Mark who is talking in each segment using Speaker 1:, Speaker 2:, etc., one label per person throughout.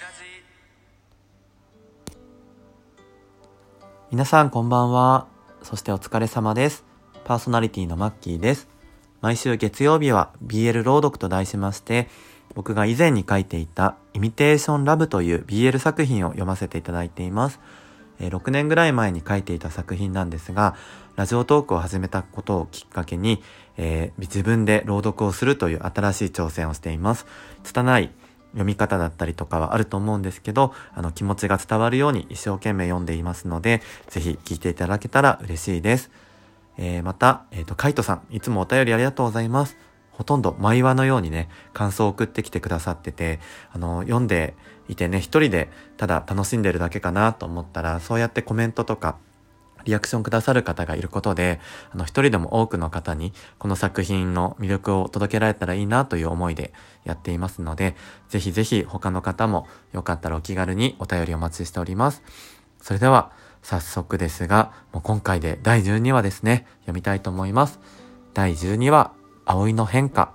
Speaker 1: 皆さんこんばんは。そしてお疲れ様です。パーソナリティのマッキーです。毎週月曜日は BL 朗読と題しまして、僕が以前に書いていたイミテーションラブという BL 作品を読ませていただいています。6年ぐらい前に書いていた作品なんですが、ラジオトークを始めたことをきっかけに、自分で朗読をするという新しい挑戦をしています。拙い読み方だったりとかはあると思うんですけど、気持ちが伝わるように一生懸命読んでいますので、ぜひ聞いていただけたら嬉しいです。また、カイトさん、いつもお便りありがとうございます。ほとんど毎話のようにね、感想を送ってきてくださってて、読んでいてね、一人でただ楽しんでるだけかなと思ったら、そうやってコメントとか、リアクションくださる方がいることで、一人でも多くの方にこの作品の魅力を届けられたらいいなという思いでやっていますので、ぜひぜひ他の方もよかったらお気軽にお便りお待ちしております。それでは早速ですが、もう今回で第12話ですね、読みたいと思います。第12話、葵の変化。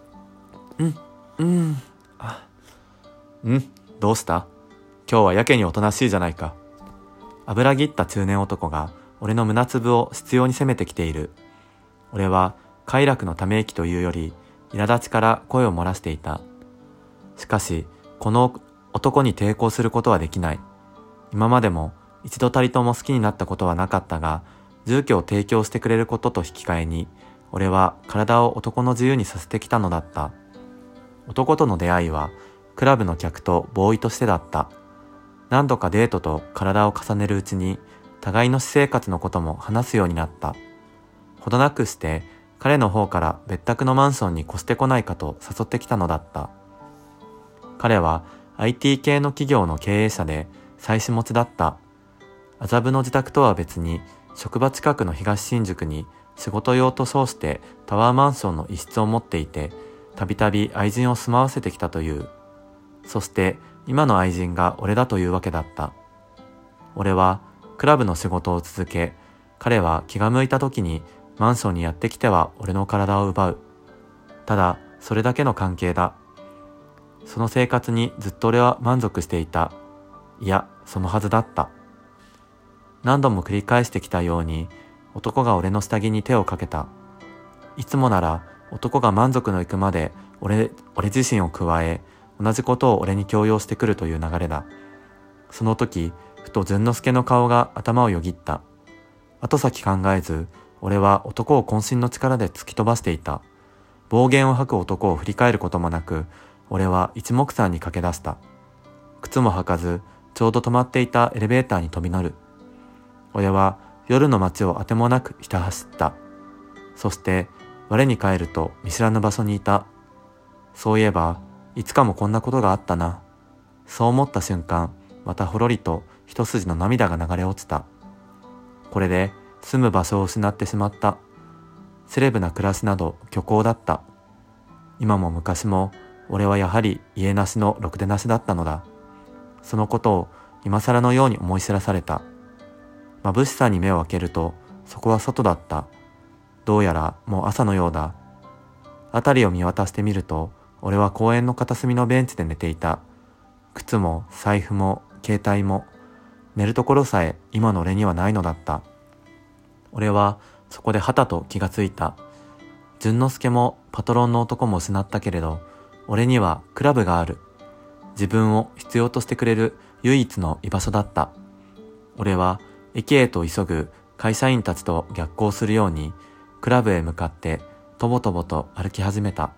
Speaker 1: どうした？今日はやけにおとなしいじゃないか。油ぎった中年男が俺の胸つぶを執拗に攻めてきている。俺は快楽のため息というより苛立ちから声を漏らしていた。しかしこの男に抵抗することはできない。今までも一度たりとも好きになったことはなかったが、住居を提供してくれることと引き換えに、俺は体を男の自由にさせてきたのだった。男との出会いはクラブの客とボーイとしてだった。何度かデートと体を重ねるうちに、互いの私生活のことも話すようになった。ほどなくして彼の方から別宅のマンションに越してこないかと誘ってきたのだった。彼は IT 系の企業の経営者で妻子持ちだった。麻布の自宅とは別に職場近くの東新宿に仕事用と称してタワーマンションの一室を持っていて、たびたび愛人を住まわせてきたという。そして今の愛人が俺だというわけだった。俺はクラブの仕事を続け、彼は気が向いた時にマンションにやってきては俺の体を奪う。ただそれだけの関係だ。その生活にずっと俺は満足していた。いや、そのはずだった。何度も繰り返してきたように男が俺の下着に手をかけた。いつもなら男が満足のいくまで俺自身を加え、同じことを俺に強要してくるという流れだ。その時、ふと淳之介の顔が頭をよぎった。後先考えず、俺は男を渾身の力で突き飛ばしていた。暴言を吐く男を振り返ることもなく、俺は一目散に駆け出した。靴も履かず、ちょうど止まっていたエレベーターに飛び乗る。俺は夜の街をあてもなくひた走った。そして、我に返ると見知らぬ場所にいた。そういえば、いつかもこんなことがあったな。そう思った瞬間、またほろりと一筋の涙が流れ落ちた。これで住む場所を失ってしまった。セレブな暮らしなど虚構だった。今も昔も俺はやはり家なしのろくでなしだったのだ。そのことを今更のように思い知らされた。眩しさに目を開けると、そこは外だった。どうやらもう朝のようだ。辺りを見渡してみると、俺は公園の片隅のベンチで寝ていた。靴も財布も携帯も、寝るところさえ今の俺にはないのだった。俺はそこではたと気がついた。淳之介もパトロンの男も失ったけれど、俺にはクラブがある。自分を必要としてくれる唯一の居場所だった。俺は駅へと急ぐ会社員たちと逆行するように、クラブへ向かってとぼとぼと歩き始めた。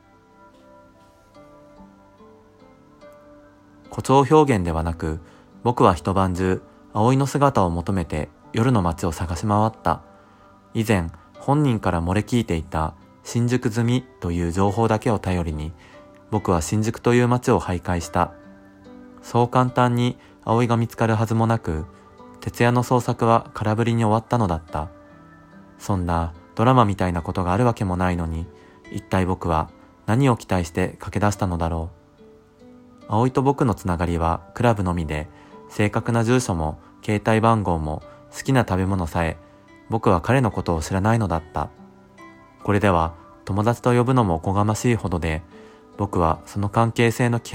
Speaker 1: 誇張表現ではなく、僕は一晩中葵の姿を求めて夜の街を探し回った。以前本人から漏れ聞いていた新宿済みという情報だけを頼りに、僕は新宿という街を徘徊した。そう簡単に葵が見つかるはずもなく、徹夜の捜索は空振りに終わったのだった。そんなドラマみたいなことがあるわけもないのに、一体僕は何を期待して駆け出したのだろう。葵と僕のつながりはクラブのみで、正確な住所も携帯番号も好きな食べ物さえ、僕は彼のことを知らないのだった。これでは友達と呼ぶのもおこがましいほどで、僕はその関係性の希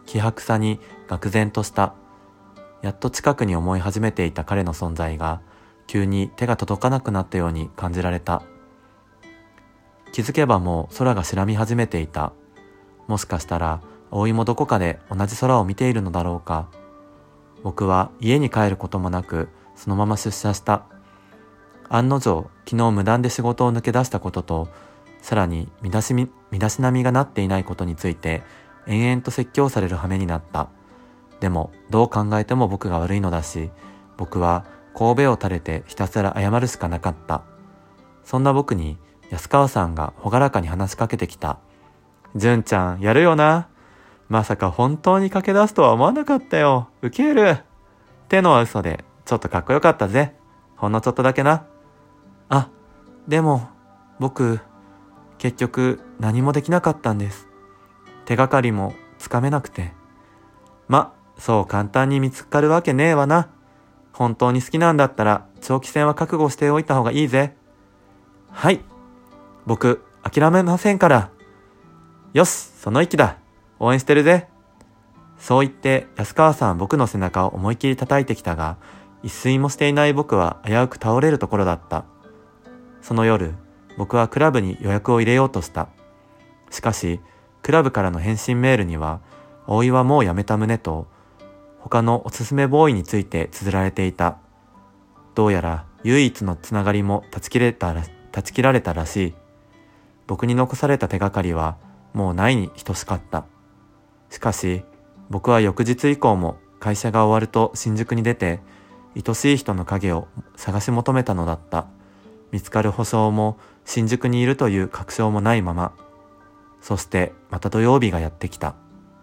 Speaker 1: 気迫さに愕然とした。やっと近くに思い始めていた彼の存在が急に手が届かなくなったように感じられた。気づけばもう空が白み始めていた。もしかしたら葵もどこかで同じ空を見ているのだろうか。僕は家に帰ることもなくそのまま出社した。案の定昨日無断で仕事を抜け出したことと、さらに身だしなみがなっていないことについて延々と説教される羽目になった。でもどう考えても僕が悪いのだし、僕は頭を垂れてひたすら謝るしかなかった。そんな僕に安川さんが朗らかに話しかけてきた。純ちゃんやるよな。まさか本当に駆け出すとは思わなかったよ。ウケる。ってのは嘘でちょっとかっこよかったぜ。ほんのちょっとだけな。あ、でも僕結局何もできなかったんです。手がかりもつかめなくて。そう簡単に見つかるわけねえわな。本当に好きなんだったら長期戦は覚悟しておいた方がいいぜ。はい。僕諦めませんから。よし、その意気だ。応援してるぜ。そう言って安川さんは僕の背中を思い切り叩いてきたが、一睡もしていない僕は危うく倒れるところだった。その夜、僕はクラブに予約を入れようとした。しかし、クラブからの返信メールには、葵はもう辞めた旨と、他のおすすめボーイについて綴られていた。どうやら唯一のつながりも断ち切られたらしい。僕に残された手がかりはもうないに等しかった。しかし、僕は翌日以降も会社が終わると新宿に出て、愛しい人の影を探し求めたのだった。見つかる保証も新宿にいるという確証もないまま。そしてまた土曜日がやってきた。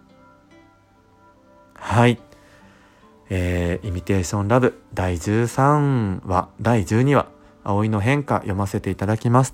Speaker 1: はい。イミテーションラブ第13話、第12話、葵の変化読ませていただきました。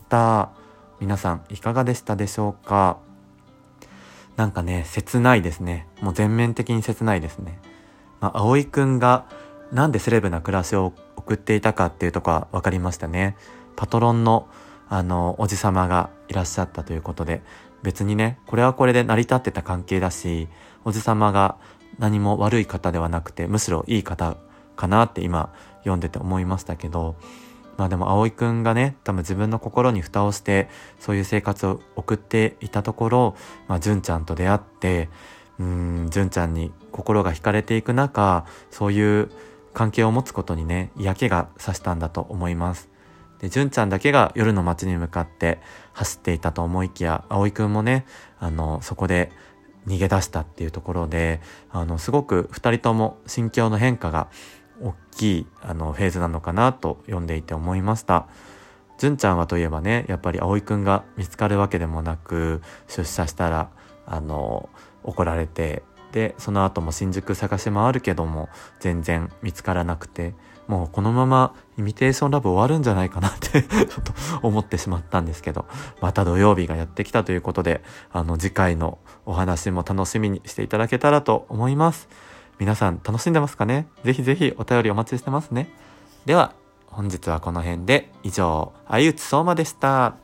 Speaker 1: 皆さんいかがでしたでしょうか。なんかね、切ないですね。もう全面的に切ないですね。葵くんがなんでセレブな暮らしを送っていたかっていうとこは分かりましたね。パトロンのおじさまがいらっしゃったということで、別にね、これはこれで成り立ってた関係だし、おじさまが何も悪い方ではなくて、むしろいい方かなって今読んでて思いましたけど、でも葵くんがね、多分自分の心に蓋をしてそういう生活を送っていたところ、純ちゃんと出会って、純ちゃんに心が惹かれていく中、そういう関係を持つことにね、嫌気がさしたんだと思います。で、純ちゃんだけが夜の街に向かって走っていたと思いきや、葵くんもね、そこで逃げ出したっていうところで、すごく二人とも心境の変化が大きいフェーズなのかなと読んでいて思いました。純ちゃんはといえばね、やっぱり葵くんが見つかるわけでもなく、出社したら怒られて、でその後も新宿探し回るけども全然見つからなくて、もうこのままイミテーションラブ終わるんじゃないかなってちょっと思ってしまったんですけど、また土曜日がやってきたということで、次回のお話も楽しみにしていただけたらと思います。皆さん楽しんでますかね。ぜひぜひお便りお待ちしてますね。では本日はこの辺で、以上、相内相馬でした。